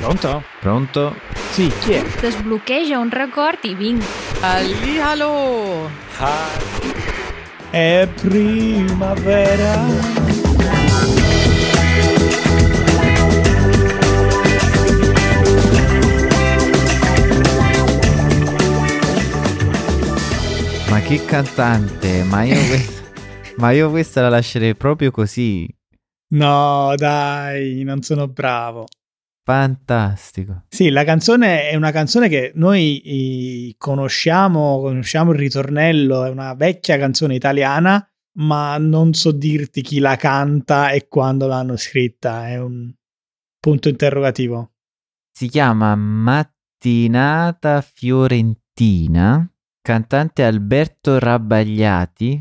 Pronto? Pronto? Sì, chi è? Sbloccheggia un record i vinc. Hallihallo! È primavera. Ma che cantante, ma io questa la lascerei proprio così. No, dai, non sono bravo. Fantastico. Sì, la canzone è una canzone che noi conosciamo il ritornello, è una vecchia canzone italiana, ma non so dirti chi la canta e quando l'hanno scritta, è un punto interrogativo. Si chiama Mattinata Fiorentina, cantante Alberto Rabbagliati.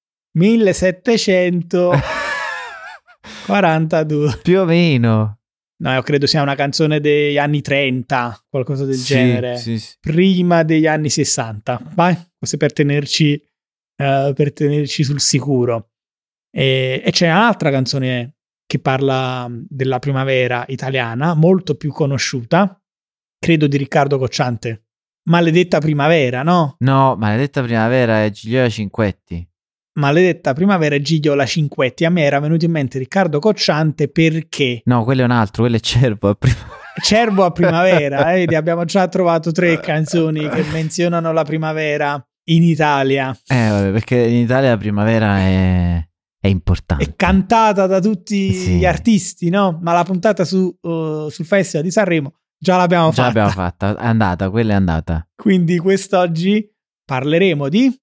1742. Più o meno. No, io credo sia una canzone degli anni 30, qualcosa del genere, Sì. prima degli anni 60. Vai, questo è per tenerci sul sicuro. E c'è un'altra canzone che parla della primavera italiana, molto più conosciuta, credo di Riccardo Cocciante. Maledetta primavera, no? No, Maledetta primavera è Gigliola Cinquetti. Maledetta primavera e Gigliola Cinquetti. A me era venuto in mente Riccardo Cocciante perché No, quello è un altro, quello è Cervo a primavera. Cervo a primavera, vedi, abbiamo già trovato 3 canzoni che menzionano la primavera in Italia. Vabbè, perché in Italia la primavera è importante. È cantata da tutti Sì. gli artisti, no? Ma la puntata sul Festival di Sanremo già l'abbiamo fatta. Già l'abbiamo fatta, è andata, quella è andata. Quindi quest'oggi parleremo di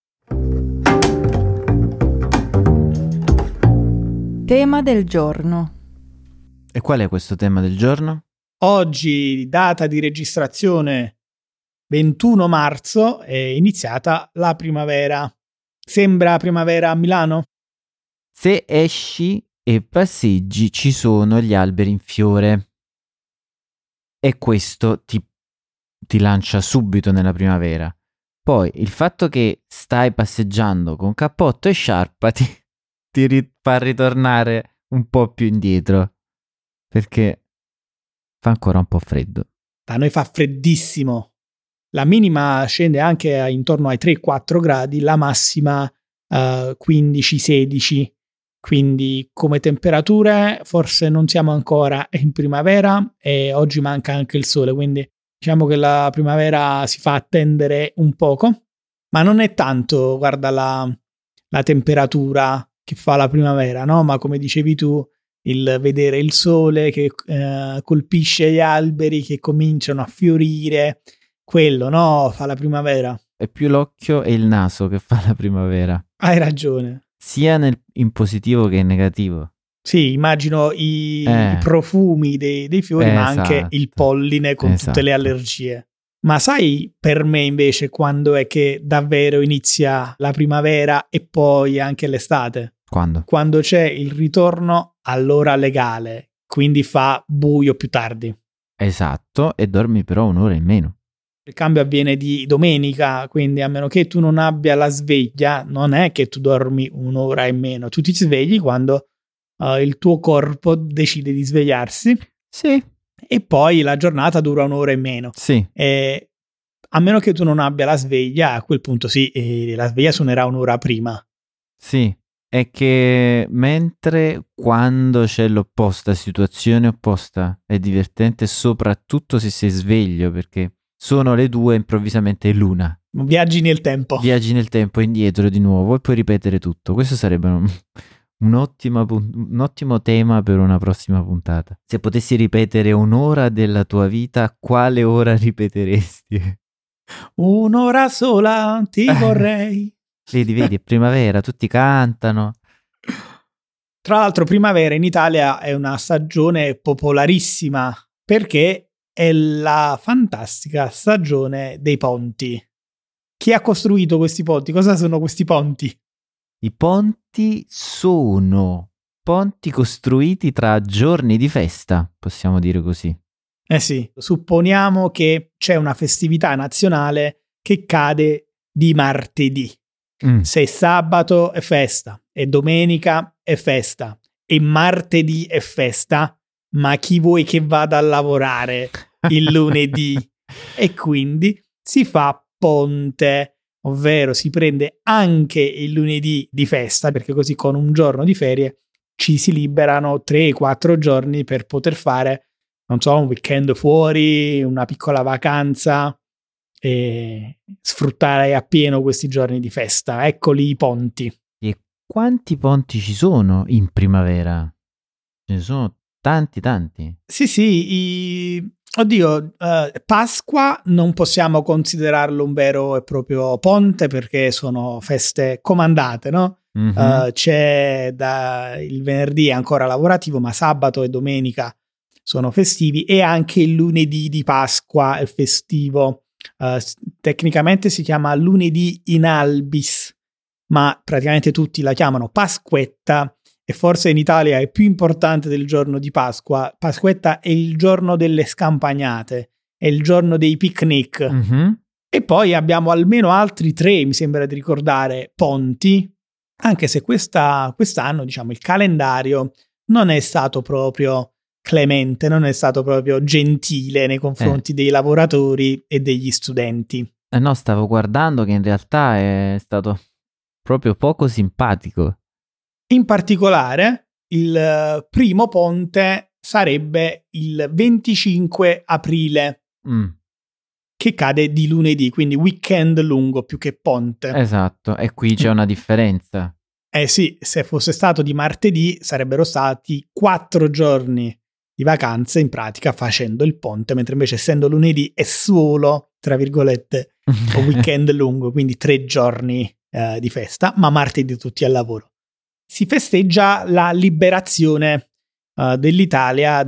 Tema del giorno. E qual è questo tema del giorno? oggi, data di registrazione 21 marzo, è iniziata la primavera. Sembra primavera a Milano? Se esci e passeggi ci sono gli alberi in fiore. E questo ti lancia subito nella primavera. Poi il fatto che stai passeggiando con cappotto e sciarpa ti fa ritornare un po' più indietro, perché fa ancora un po' freddo. Da noi fa freddissimo. La minima scende anche intorno ai 3-4 gradi, la massima 15-16. Quindi come temperature forse non siamo ancora in primavera e oggi manca anche il sole, quindi diciamo che la primavera si fa attendere un poco, ma non è tanto, guarda, la temperatura che fa la primavera, no? Ma come dicevi tu, il vedere il sole che colpisce gli alberi che cominciano a fiorire, quello, no? Fa la primavera. È più l'occhio e il naso che fa la primavera, Hai ragione. sia in positivo che in negativo. Sì, immagino i profumi dei fiori, ma anche Esatto. il polline con tutte le allergie. Ma sai per me invece quando è che davvero inizia la primavera e poi anche l'estate? Quando? Quando c'è il ritorno all'ora legale, quindi fa buio più tardi. Esatto, e dormi però un'ora in meno. Il cambio avviene di domenica, quindi a meno che tu non abbia la sveglia, non è che tu dormi un'ora in meno, tu ti svegli quando il tuo corpo decide di svegliarsi. Sì. E poi la giornata dura un'ora in meno. Sì. A meno che tu non abbia la sveglia, a quel punto sì, la sveglia suonerà un'ora prima. Sì, è che mentre quando c'è l'opposta, situazione opposta, è divertente soprattutto se sei sveglio, perché sono le 2 improvvisamente l'una. Viaggi nel tempo. Viaggi nel tempo indietro di nuovo e puoi ripetere tutto. Questo sarebbe un ottimo tema per una prossima puntata. Se potessi ripetere un'ora della tua vita, quale ora ripeteresti? Un'ora sola ti vorrei. Vedi, è primavera, tutti cantano. Tra l'altro primavera in Italia è una stagione popolarissima perché è la fantastica stagione dei ponti. Chi ha costruito questi ponti? Cosa sono questi ponti? I ponti sono ponti costruiti tra giorni di festa, possiamo dire così. Eh sì, supponiamo che c'è una festività nazionale che cade di martedì. Se sabato è festa e domenica è festa e martedì è festa, ma chi vuoi che vada a lavorare il lunedì e quindi si fa ponte, ovvero si prende anche il lunedì di festa, perché così con un giorno di ferie ci si liberano 3-4 giorni per poter fare, non so, un weekend fuori, una piccola vacanza e sfruttare appieno questi giorni di festa. Eccoli i ponti. E quanti ponti ci sono in primavera? Ce ne sono tanti. Sì, oddio, Pasqua non possiamo considerarlo un vero e proprio ponte perché sono feste comandate, no? C'è il venerdì è ancora lavorativo, ma sabato e domenica sono festivi e anche il lunedì di Pasqua è festivo. Tecnicamente si chiama lunedì in albis, ma praticamente tutti la chiamano Pasquetta e forse in Italia è più importante del giorno di Pasqua. Pasquetta è il giorno delle scampagnate, è il giorno dei picnic. E poi abbiamo almeno altri 3, mi sembra di ricordare, ponti, anche se quest'anno, diciamo, il calendario non è stato proprio clemente, non è stato proprio gentile nei confronti dei lavoratori e degli studenti. No, stavo guardando che in realtà è stato proprio poco simpatico. In particolare, il primo ponte sarebbe il 25 aprile, che cade di lunedì, quindi weekend lungo più che ponte. Esatto, e qui c'è una differenza. Sì, se fosse stato di martedì sarebbero stati 4 giorni di vacanze in pratica facendo il ponte, mentre invece essendo lunedì è solo, tra virgolette, un weekend lungo, quindi 3 giorni di festa, ma martedì tutti al lavoro. Si festeggia la liberazione dell'Italia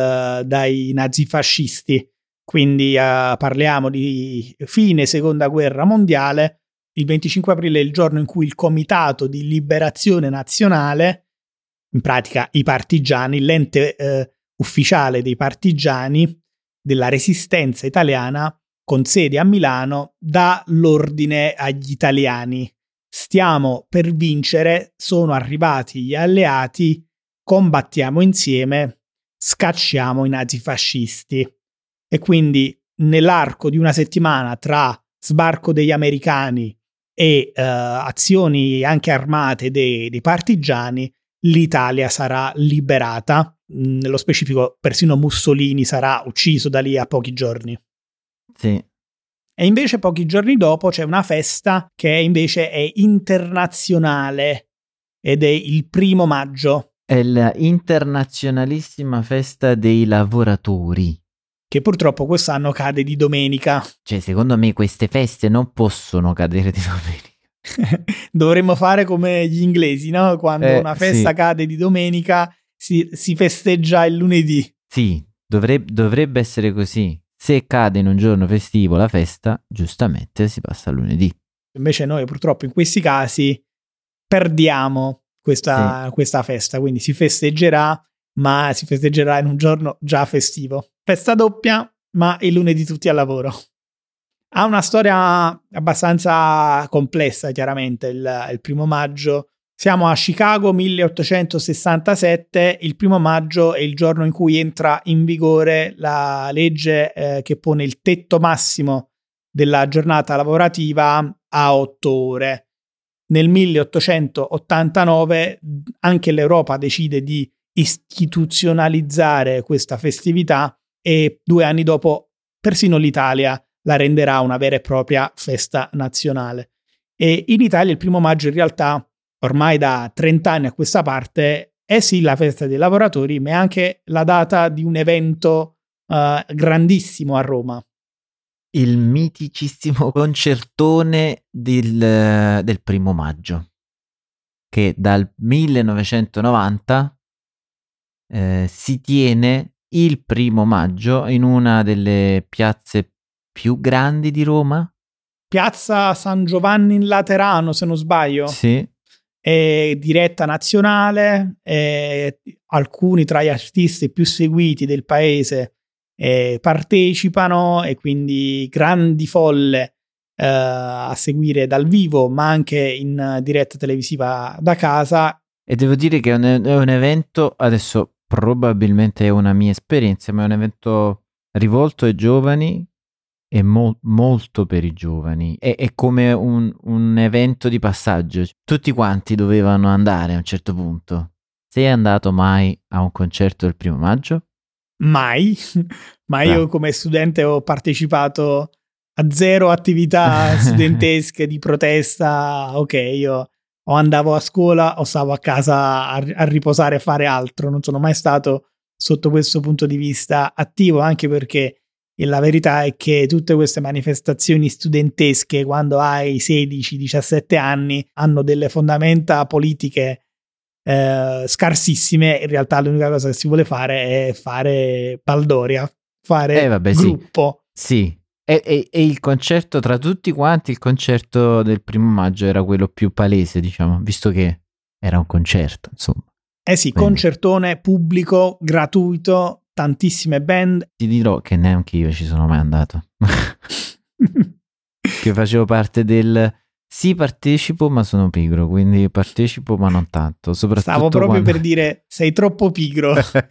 dai nazifascisti, quindi parliamo di fine seconda guerra mondiale. Il 25 aprile è il giorno in cui il Comitato di Liberazione Nazionale, in pratica i partigiani, l'ente ufficiale dei partigiani della resistenza italiana con sede a Milano, dà l'ordine agli italiani: stiamo per vincere, sono arrivati gli alleati, combattiamo insieme, scacciamo i nazifascisti. E quindi nell'arco di una settimana tra sbarco degli americani e azioni anche armate dei partigiani, l'Italia sarà liberata. Nello specifico persino Mussolini sarà ucciso da lì a pochi giorni. Sì. E invece pochi giorni dopo c'è una festa che invece è internazionale ed è il 1° maggio. È l'internazionalissima festa dei lavoratori. Che purtroppo quest'anno cade di domenica. Cioè, secondo me queste feste non possono cadere di domenica. Dovremmo fare come gli inglesi, no? Quando una festa cade di domenica si festeggia il lunedì. Sì, dovrebbe essere così. Se cade in un giorno festivo la festa, giustamente si passa al lunedì. Invece noi purtroppo in questi casi perdiamo questa festa, quindi si festeggerà, ma si festeggerà in un giorno già festivo. Festa doppia, ma il lunedì tutti al lavoro. Ha una storia abbastanza complessa, chiaramente, il 1° maggio. Siamo a Chicago 1867, il 1° maggio è il giorno in cui entra in vigore la legge che pone il tetto massimo della giornata lavorativa a 8 ore. Nel 1889 anche l'Europa decide di istituzionalizzare questa festività e 2 anni dopo persino l'Italia la renderà una vera e propria festa nazionale. E in Italia il 1° maggio in realtà ormai da 30 anni a questa parte è sì la festa dei lavoratori, ma è anche la data di un evento grandissimo a Roma. Il miticissimo concertone del 1° maggio, che dal 1990 si tiene il 1° maggio in una delle piazze più grandi di Roma. Piazza San Giovanni in Laterano, se non sbaglio. Sì. È diretta nazionale, alcuni tra gli artisti più seguiti del paese partecipano e quindi grandi folle a seguire dal vivo, ma anche in diretta televisiva da casa. E devo dire che è un evento, adesso probabilmente è una mia esperienza, ma è un evento rivolto ai giovani e molto per i giovani. È come un evento di passaggio. Tutti quanti dovevano andare a un certo punto. Sei andato mai a un concerto del 1° maggio? Mai, ma io come studente ho partecipato a 0 attività studentesche di protesta. Ok, io o andavo a scuola o stavo a casa a riposare e fare altro. Non sono mai stato sotto questo punto di vista attivo, anche perché la verità è che tutte queste manifestazioni studentesche, quando hai 16-17 anni, hanno delle fondamenta politiche scarsissime. In realtà l'unica cosa che si vuole fare è fare baldoria, fare gruppo. Sì. E il concerto, tra tutti quanti, il concerto del 1° maggio era quello più palese, diciamo, visto che era un concerto, insomma. Sì, quindi concertone pubblico, gratuito, tantissime band. Ti dirò che neanche io ci sono mai andato. Che facevo parte del... Sì, partecipo, ma sono pigro, quindi partecipo, ma non tanto. Stavo proprio per dire, sei troppo pigro.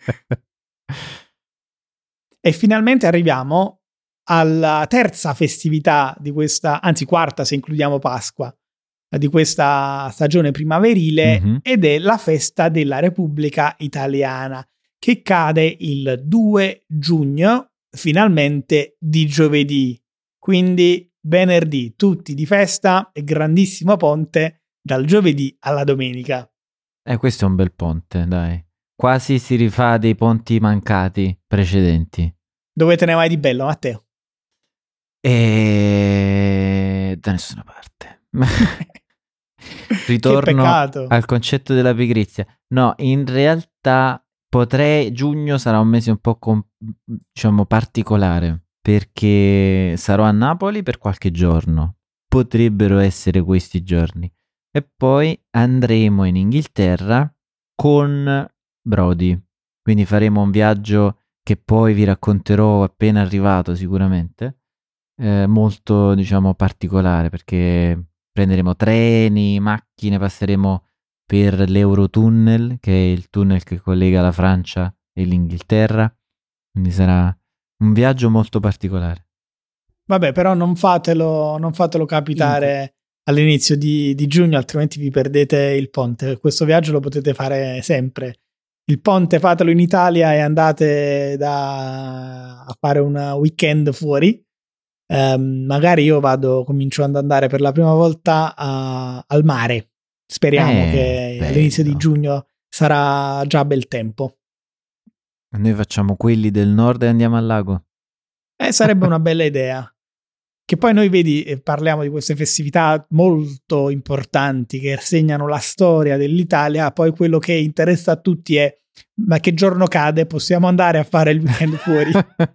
E finalmente arriviamo alla terza festività di questa, anzi quarta se includiamo Pasqua, di questa stagione primaverile, ed è la festa della Repubblica Italiana, che cade il 2 giugno, finalmente di giovedì. Quindi venerdì tutti di festa e grandissimo ponte dal giovedì alla domenica. Questo è un bel ponte, dai. Quasi si rifà dei ponti mancati precedenti. Dove te ne vai di bello, Matteo? Da nessuna parte. Ritorno al concetto della pigrizia. No, in realtà giugno sarà un mese un po' diciamo particolare, perché sarò a Napoli per qualche giorno. Potrebbero essere questi giorni. E poi andremo in Inghilterra con Brody. Quindi faremo un viaggio che poi vi racconterò appena arrivato sicuramente. Molto, diciamo, particolare, perché prenderemo treni, macchine, passeremo per l'Eurotunnel, che è il tunnel che collega la Francia e l'Inghilterra, quindi sarà un viaggio molto particolare. Vabbè, però non fatelo capitare all'inizio di giugno, altrimenti vi perdete il ponte. Questo viaggio lo potete fare sempre. Il ponte fatelo in Italia e andate a fare un weekend fuori. Magari io comincio ad andare per la prima volta al mare. Speriamo che all'inizio di giugno sarà già bel tempo. Noi facciamo quelli del nord e andiamo al lago. Sarebbe una bella idea. Che poi noi, vedi, parliamo di queste festività molto importanti che segnano la storia dell'Italia, poi quello che interessa a tutti è: ma che giorno cade? Possiamo andare a fare il weekend fuori?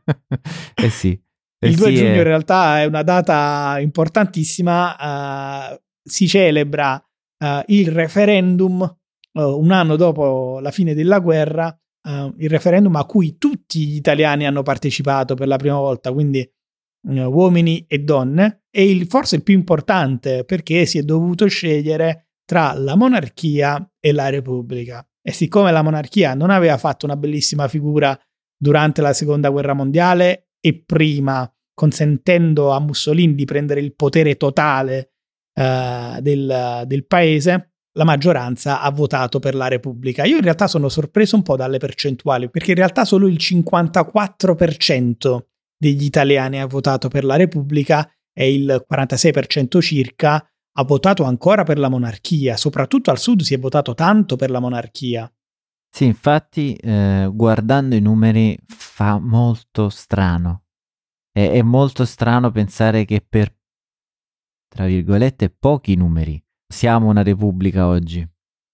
Sì. Il 2 giugno in realtà è una data importantissima, si celebra il referendum un anno dopo la fine della guerra, il referendum a cui tutti gli italiani hanno partecipato per la prima volta, quindi uomini e donne, e forse il più importante, perché si è dovuto scegliere tra la monarchia e la repubblica. E siccome la monarchia non aveva fatto una bellissima figura durante la seconda guerra mondiale e prima, consentendo a Mussolini di prendere il potere totale del paese, la maggioranza ha votato per la Repubblica. Io in realtà sono sorpreso un po' dalle percentuali, perché in realtà solo il 54% degli italiani ha votato per la Repubblica e il 46% circa ha votato ancora per la monarchia. Soprattutto al sud si è votato tanto per la monarchia. Sì, infatti guardando i numeri fa molto strano. È molto strano pensare che per, tra virgolette, pochi numeri siamo una repubblica oggi.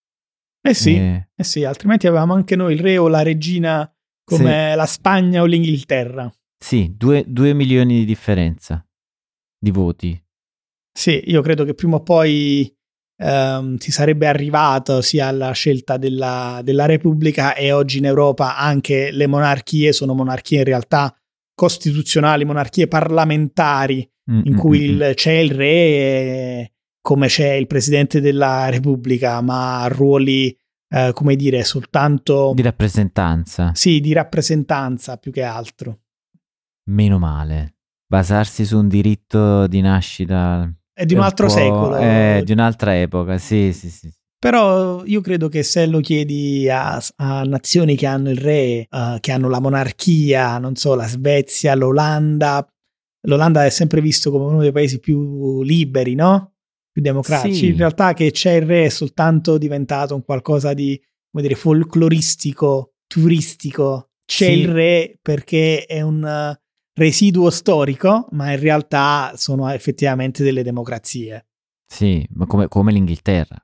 Sì, altrimenti avevamo anche noi il re o la regina come la Spagna o l'Inghilterra. Sì, 2 milioni di differenza di voti. Sì, io credo che prima o poi si sarebbe arrivato sia alla scelta della Repubblica, e oggi in Europa anche le monarchie sono monarchie in realtà costituzionali, monarchie parlamentari, in cui c'è il re come c'è il presidente della Repubblica, ma a ruoli, come dire, soltanto di rappresentanza. Sì, di rappresentanza più che altro. Meno male. Basarsi su un diritto di nascita È di un altro secolo. È di un'altra epoca, sì. Però io credo che se lo chiedi a nazioni che hanno il re, che hanno la monarchia, non so, la Svezia, l'Olanda è sempre visto come uno dei paesi più liberi, no? Più democratici. Sì. In realtà che c'è il re è soltanto diventato un qualcosa di, come dire, folcloristico, turistico. C'è il re perché è un residuo storico, ma in realtà sono effettivamente delle democrazie. Sì, ma come l'Inghilterra.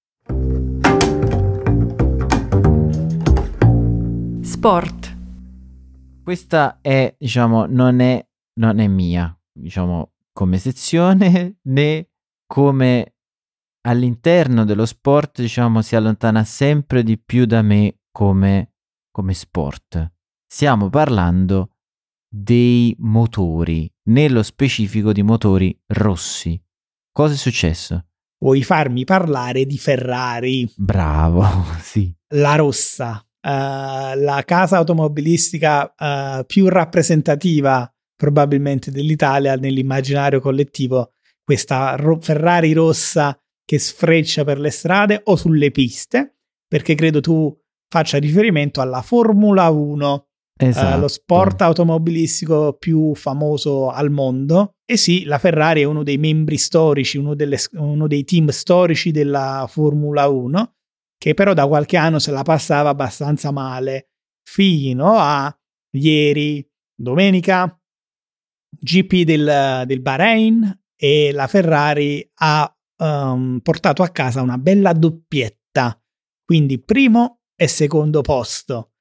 Sport. Questa è, diciamo, non è mia, diciamo, come sezione, né come all'interno dello sport, diciamo, si allontana sempre di più da me come sport. Stiamo parlando dei motori, nello specifico di motori rossi. Cosa è successo? Vuoi farmi parlare di Ferrari? Bravo, sì. La rossa, la casa automobilistica più rappresentativa probabilmente dell'Italia nell'immaginario collettivo, questa Ferrari rossa che sfreccia per le strade o sulle piste, perché credo tu faccia riferimento alla Formula 1. Esatto. Lo sport automobilistico più famoso al mondo. E sì, la Ferrari è uno dei membri storici, uno dei team storici della Formula 1, che però da qualche anno se la passava abbastanza male, fino a ieri, domenica, GP del Bahrain, e la Ferrari ha portato a casa una bella doppietta, quindi primo e secondo posto.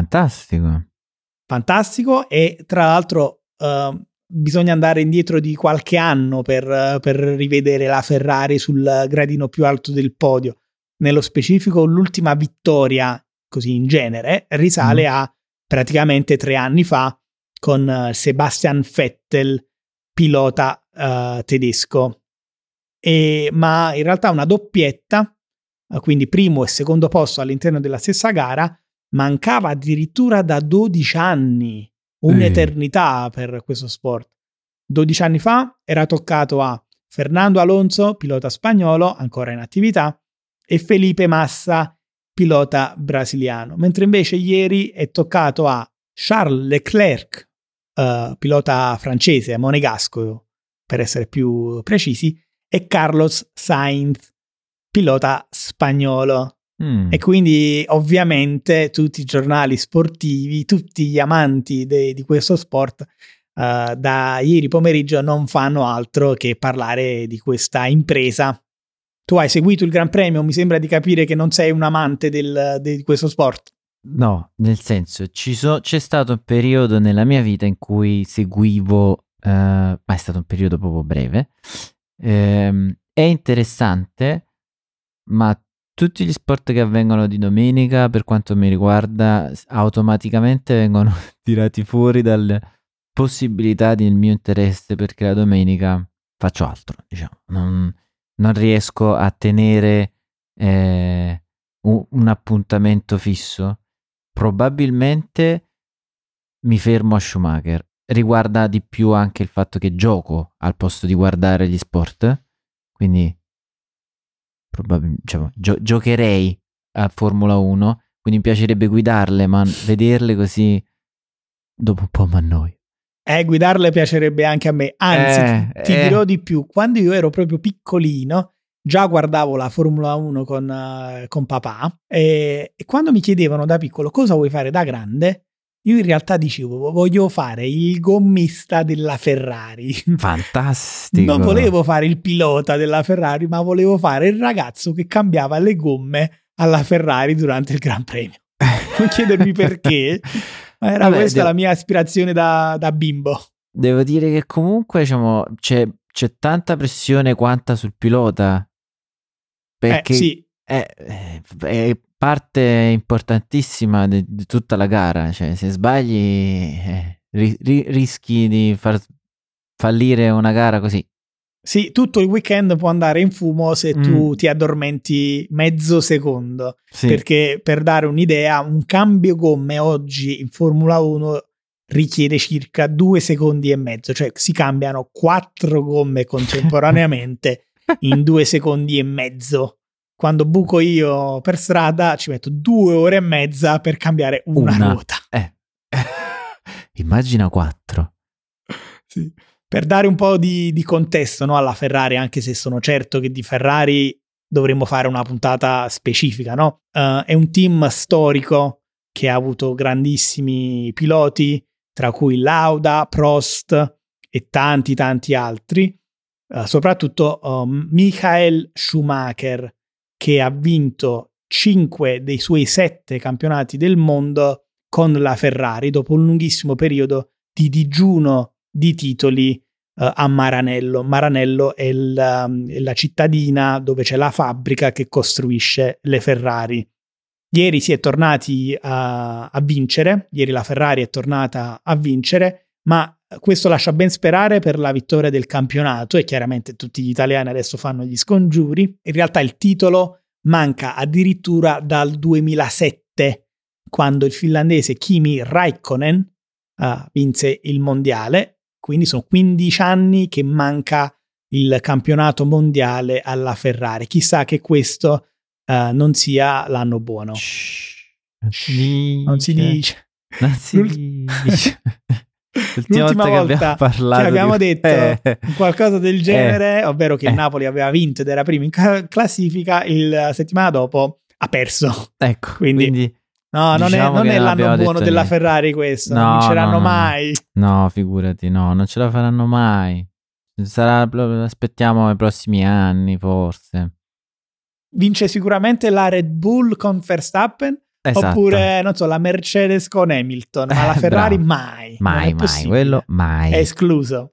Fantastico, e tra l'altro bisogna andare indietro di qualche anno per rivedere la Ferrari sul gradino più alto del podio. Nello specifico l'ultima vittoria, così in genere, risale a praticamente 3 anni fa con Sebastian Vettel, pilota tedesco. Ma in realtà una doppietta, quindi primo e secondo posto all'interno della stessa gara, mancava addirittura da 12 anni, un'eternità per questo sport. 12 anni fa era toccato a Fernando Alonso, pilota spagnolo, ancora in attività, e Felipe Massa, pilota brasiliano. Mentre invece ieri è toccato a Charles Leclerc, pilota francese, monegasco per essere più precisi, e Carlos Sainz, pilota spagnolo. E quindi ovviamente tutti i giornali sportivi, tutti gli amanti di questo sport da ieri pomeriggio non fanno altro che parlare di questa impresa. Tu hai seguito il Gran Premio? Mi sembra di capire che non sei un amante di questo sport. No, nel senso, c'è stato un periodo nella mia vita in cui seguivo, ma è stato un periodo proprio breve. È interessante, ma tutti gli sport che avvengono di domenica, per quanto mi riguarda, automaticamente vengono tirati fuori dalle possibilità del mio interesse, perché la domenica faccio altro, diciamo. Non riesco a tenere un appuntamento fisso. Probabilmente mi fermo a Schumacher. Riguarda di più anche il fatto che gioco al posto di guardare gli sport, quindi diciamo, giocherei a Formula 1, quindi mi piacerebbe guidarle, ma vederle così dopo un po' mi annoio. Guidarle piacerebbe anche a me, anzi ti dirò di più, quando io ero proprio piccolino già guardavo la Formula 1 con papà, e quando mi chiedevano da piccolo cosa vuoi fare da grande, io in realtà dicevo voglio fare il gommista della Ferrari. Fantastico. Non volevo fare il pilota della Ferrari, ma volevo fare il ragazzo che cambiava le gomme alla Ferrari durante il Gran Premio. Non chiedermi perché, ma era questa la mia aspirazione da bimbo. Devo dire che comunque, diciamo, c'è tanta pressione quanta sul pilota, perché sì. è parte importantissima di tutta la gara. Cioè, se sbagli rischi di far fallire una gara così. Sì, tutto il weekend può andare in fumo se tu ti addormenti mezzo secondo, perché per dare un'idea, un cambio gomme oggi in Formula 1 richiede circa 2 secondi e mezzo, cioè si cambiano 4 gomme contemporaneamente in 2 secondi e mezzo. Quando buco io per strada ci metto 2 ore e mezza per cambiare una ruota. Immagina 4. Sì. Per dare un po' di contesto, no, alla Ferrari, anche se sono certo che di Ferrari dovremmo fare una puntata specifica, no? È un team storico che ha avuto grandissimi piloti, tra cui Lauda, Prost e tanti altri, soprattutto Michael Schumacher, che ha vinto 5 dei suoi 7 campionati del mondo con la Ferrari dopo un lunghissimo periodo di digiuno di titoli a Maranello. Maranello è la cittadina dove c'è la fabbrica che costruisce le Ferrari. Ieri si è tornati a vincere, ieri la Ferrari è tornata a vincere, ma questo lascia ben sperare per la vittoria del campionato e chiaramente tutti gli italiani adesso fanno gli scongiuri. In realtà il titolo manca addirittura dal 2007, quando il finlandese Kimi Räikkönen vinse il mondiale. Quindi sono 15 anni che manca il campionato mondiale alla Ferrari. Chissà che questo non sia l'anno buono. Non si dice. L'ultima volta che abbiamo detto qualcosa del genere, ovvero che il Napoli aveva vinto ed era primo in classifica, la settimana dopo ha perso. Ecco, quindi no, diciamo non è l'anno buono della Ferrari questo, non vinceranno mai. No, figurati, non ce la faranno mai. Aspettiamo i prossimi anni, forse. Vince sicuramente la Red Bull con Verstappen, esatto. Oppure, non so, la Mercedes con Hamilton, ma la Ferrari mai. Mai, quello mai. È escluso.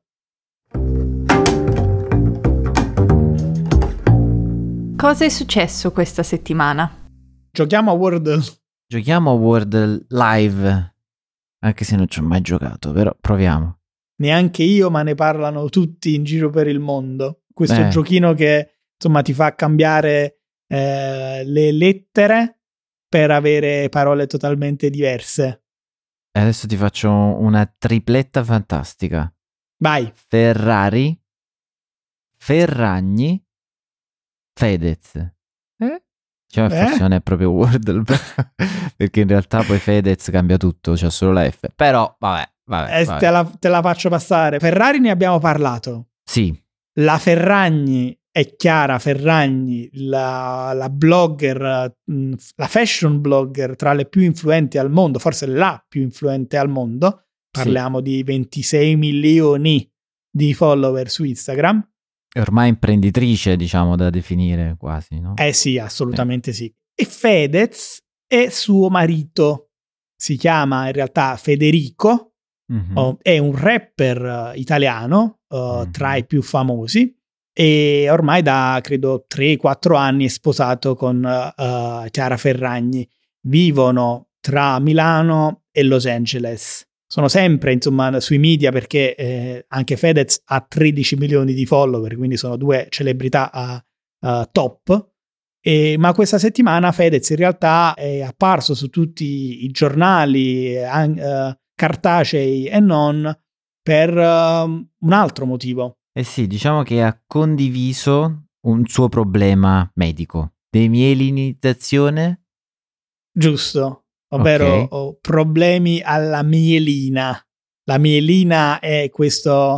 Cosa è successo questa settimana? Giochiamo a Wordle. Giochiamo a Wordle live, anche se non ci ho mai giocato, però proviamo. Neanche io, ma ne parlano tutti in giro per il mondo. Questo giochino che, insomma, ti fa cambiare le lettere per avere parole totalmente diverse. Adesso ti faccio una tripletta fantastica. Vai. Ferrari, Ferragni, Fedez. Cioè, forse non è proprio Wordle, perché in realtà poi Fedez cambia tutto, c'è solo la F. Però vabbè. Te la faccio passare. Ferrari ne abbiamo parlato. Sì. La Ferragni è Chiara Ferragni, la blogger, la fashion blogger tra le più influenti al mondo, forse la più influente al mondo. Parliamo di 26 milioni di follower su Instagram. È ormai imprenditrice, diciamo, da definire quasi, no? Sì, assolutamente sì. E Fedez è suo marito. Si chiama in realtà Federico, è un rapper italiano, tra i più famosi, e ormai da, credo, 3-4 anni è sposato con Chiara Ferragni. Vivono tra Milano e Los Angeles. Sono sempre, insomma, sui media perché anche Fedez ha 13 milioni di follower, quindi sono 2 celebrità top. Ma questa settimana Fedez in realtà è apparso su tutti i giornali cartacei e non per un altro motivo. Sì, diciamo che ha condiviso un suo problema medico, demielinizzazione. Giusto. Ovvero problemi alla mielina. La mielina è questa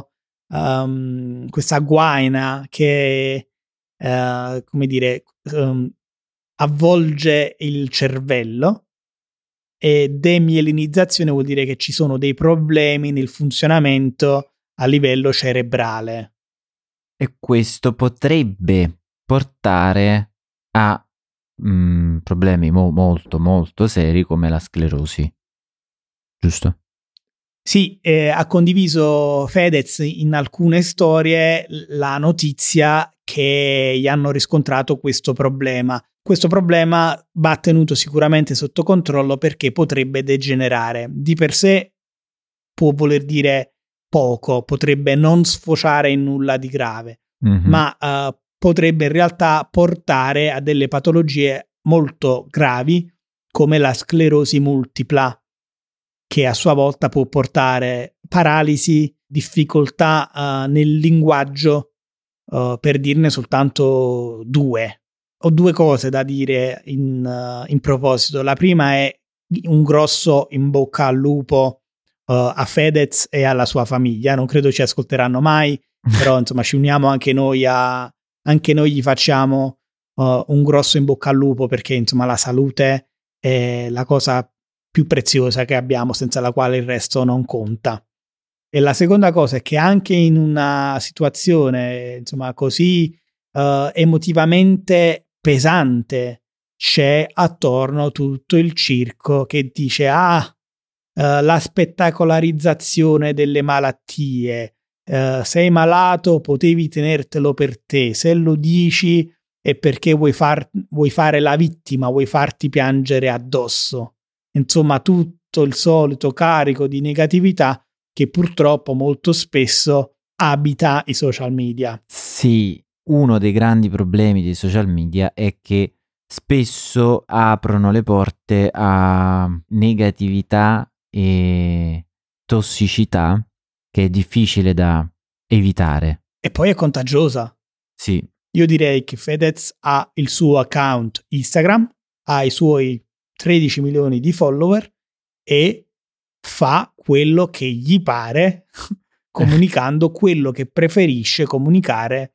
guaina che, come dire, avvolge il cervello, e demielinizzazione vuol dire che ci sono dei problemi nel funzionamento a livello cerebrale. E questo potrebbe portare a problemi molto seri come la sclerosi, giusto? Sì, ha condiviso Fedez in alcune storie la notizia che gli hanno riscontrato questo problema. Questo problema va tenuto sicuramente sotto controllo perché potrebbe degenerare. Di per sé può voler dire poco, potrebbe non sfociare in nulla di grave, ma potrebbe in realtà portare a delle patologie molto gravi come la sclerosi multipla. che a sua volta può portare paralisi, difficoltà nel linguaggio, per dirne soltanto due. Ho due cose da dire in proposito. La prima è un grosso in bocca al lupo a Fedez e alla sua famiglia. Non credo ci ascolteranno mai, però insomma ci uniamo anche noi gli facciamo un grosso in bocca al lupo, perché insomma la salute è la cosa più preziosa che abbiamo, senza la quale il resto non conta. E la seconda cosa è che anche in una situazione insomma così emotivamente pesante c'è attorno tutto il circo che dice la spettacolarizzazione delle malattie, sei malato, potevi tenertelo per te, se lo dici è perché vuoi fare la vittima, vuoi farti piangere addosso. Insomma, tutto il solito carico di negatività che purtroppo molto spesso abita i social media. Sì, uno dei grandi problemi dei social media è che spesso aprono le porte a negatività e tossicità che è difficile da evitare. E poi è contagiosa. Sì. Io direi che Fedez ha il suo account Instagram, ha i suoi 13 milioni di follower e fa quello che gli pare, comunicando quello che preferisce comunicare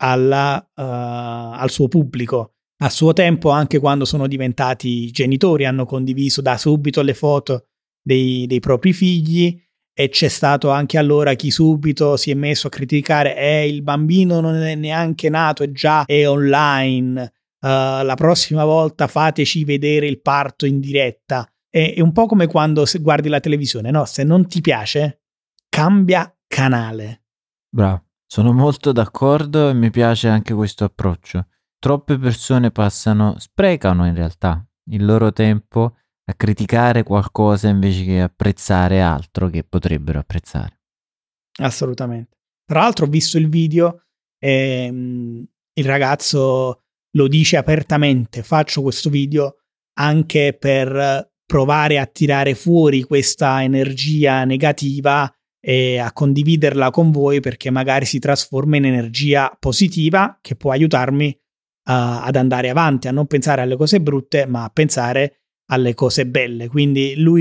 al suo pubblico. A suo tempo, anche quando sono diventati genitori, hanno condiviso da subito le foto dei propri figli, e c'è stato anche allora chi subito si è messo a criticare il bambino non è neanche nato e già è online, la prossima volta fateci vedere il parto in diretta. È un po' come quando guardi la televisione, no? Se non ti piace, cambia canale. Bravo, sono molto d'accordo e mi piace anche questo approccio. Troppe persone sprecano in realtà il loro tempo a criticare qualcosa invece che apprezzare altro che potrebbero apprezzare. Assolutamente. Tra l'altro ho visto il video e il ragazzo lo dice apertamente: faccio questo video anche per provare a tirare fuori questa energia negativa e a condividerla con voi, perché magari si trasforma in energia positiva che può aiutarmi ad andare avanti, a non pensare alle cose brutte ma a pensare alle cose belle. Quindi lui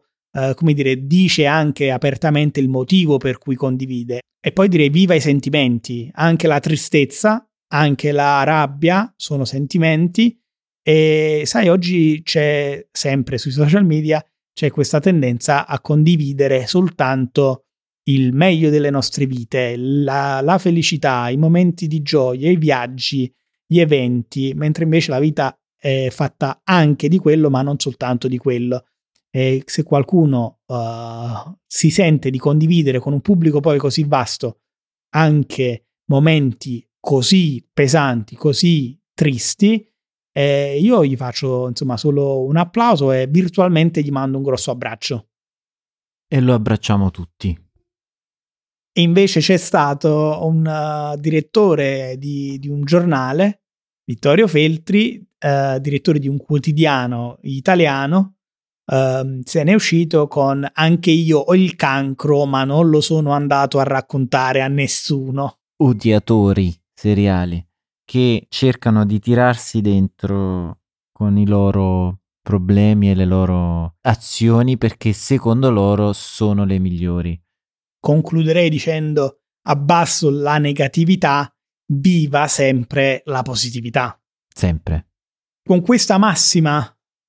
dice anche apertamente il motivo per cui condivide. E poi direi viva i sentimenti, anche la tristezza, anche la rabbia sono sentimenti. E sai, oggi c'è sempre sui social media c'è questa tendenza a condividere soltanto il meglio delle nostre vite, la felicità, i momenti di gioia, i viaggi, gli eventi, mentre invece la vita è fatta anche di quello, ma non soltanto di quello. E se qualcuno si sente di condividere con un pubblico poi così vasto anche momenti così pesanti, così tristi, io gli faccio insomma solo un applauso e virtualmente gli mando un grosso abbraccio. E lo abbracciamo tutti. E invece c'è stato un direttore di un giornale, Vittorio Feltri, direttore di un quotidiano italiano, se ne è uscito con: anche io ho il cancro ma non lo sono andato a raccontare a nessuno. Odiatori seriali che cercano di tirarsi dentro con i loro problemi e le loro azioni perché secondo loro sono le migliori. Concluderei dicendo: abbasso la negatività, viva sempre la positività. Sempre. Con questa massima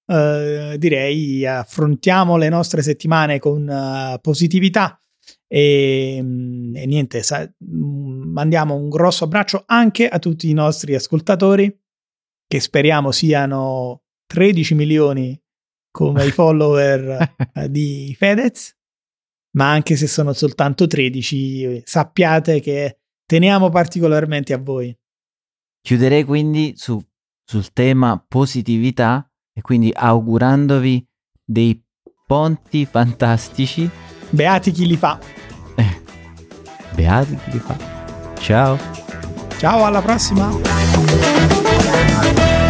direi affrontiamo le nostre settimane con positività e niente, mandiamo un grosso abbraccio anche a tutti i nostri ascoltatori, che speriamo siano 13 milioni come i follower di Fedez, ma anche se sono soltanto 13 sappiate che teniamo particolarmente a voi. Chiuderei quindi sul tema positività e quindi augurandovi dei ponti fantastici. Beati chi li fa. Beati chi li fa. Ciao. Ciao, alla prossima.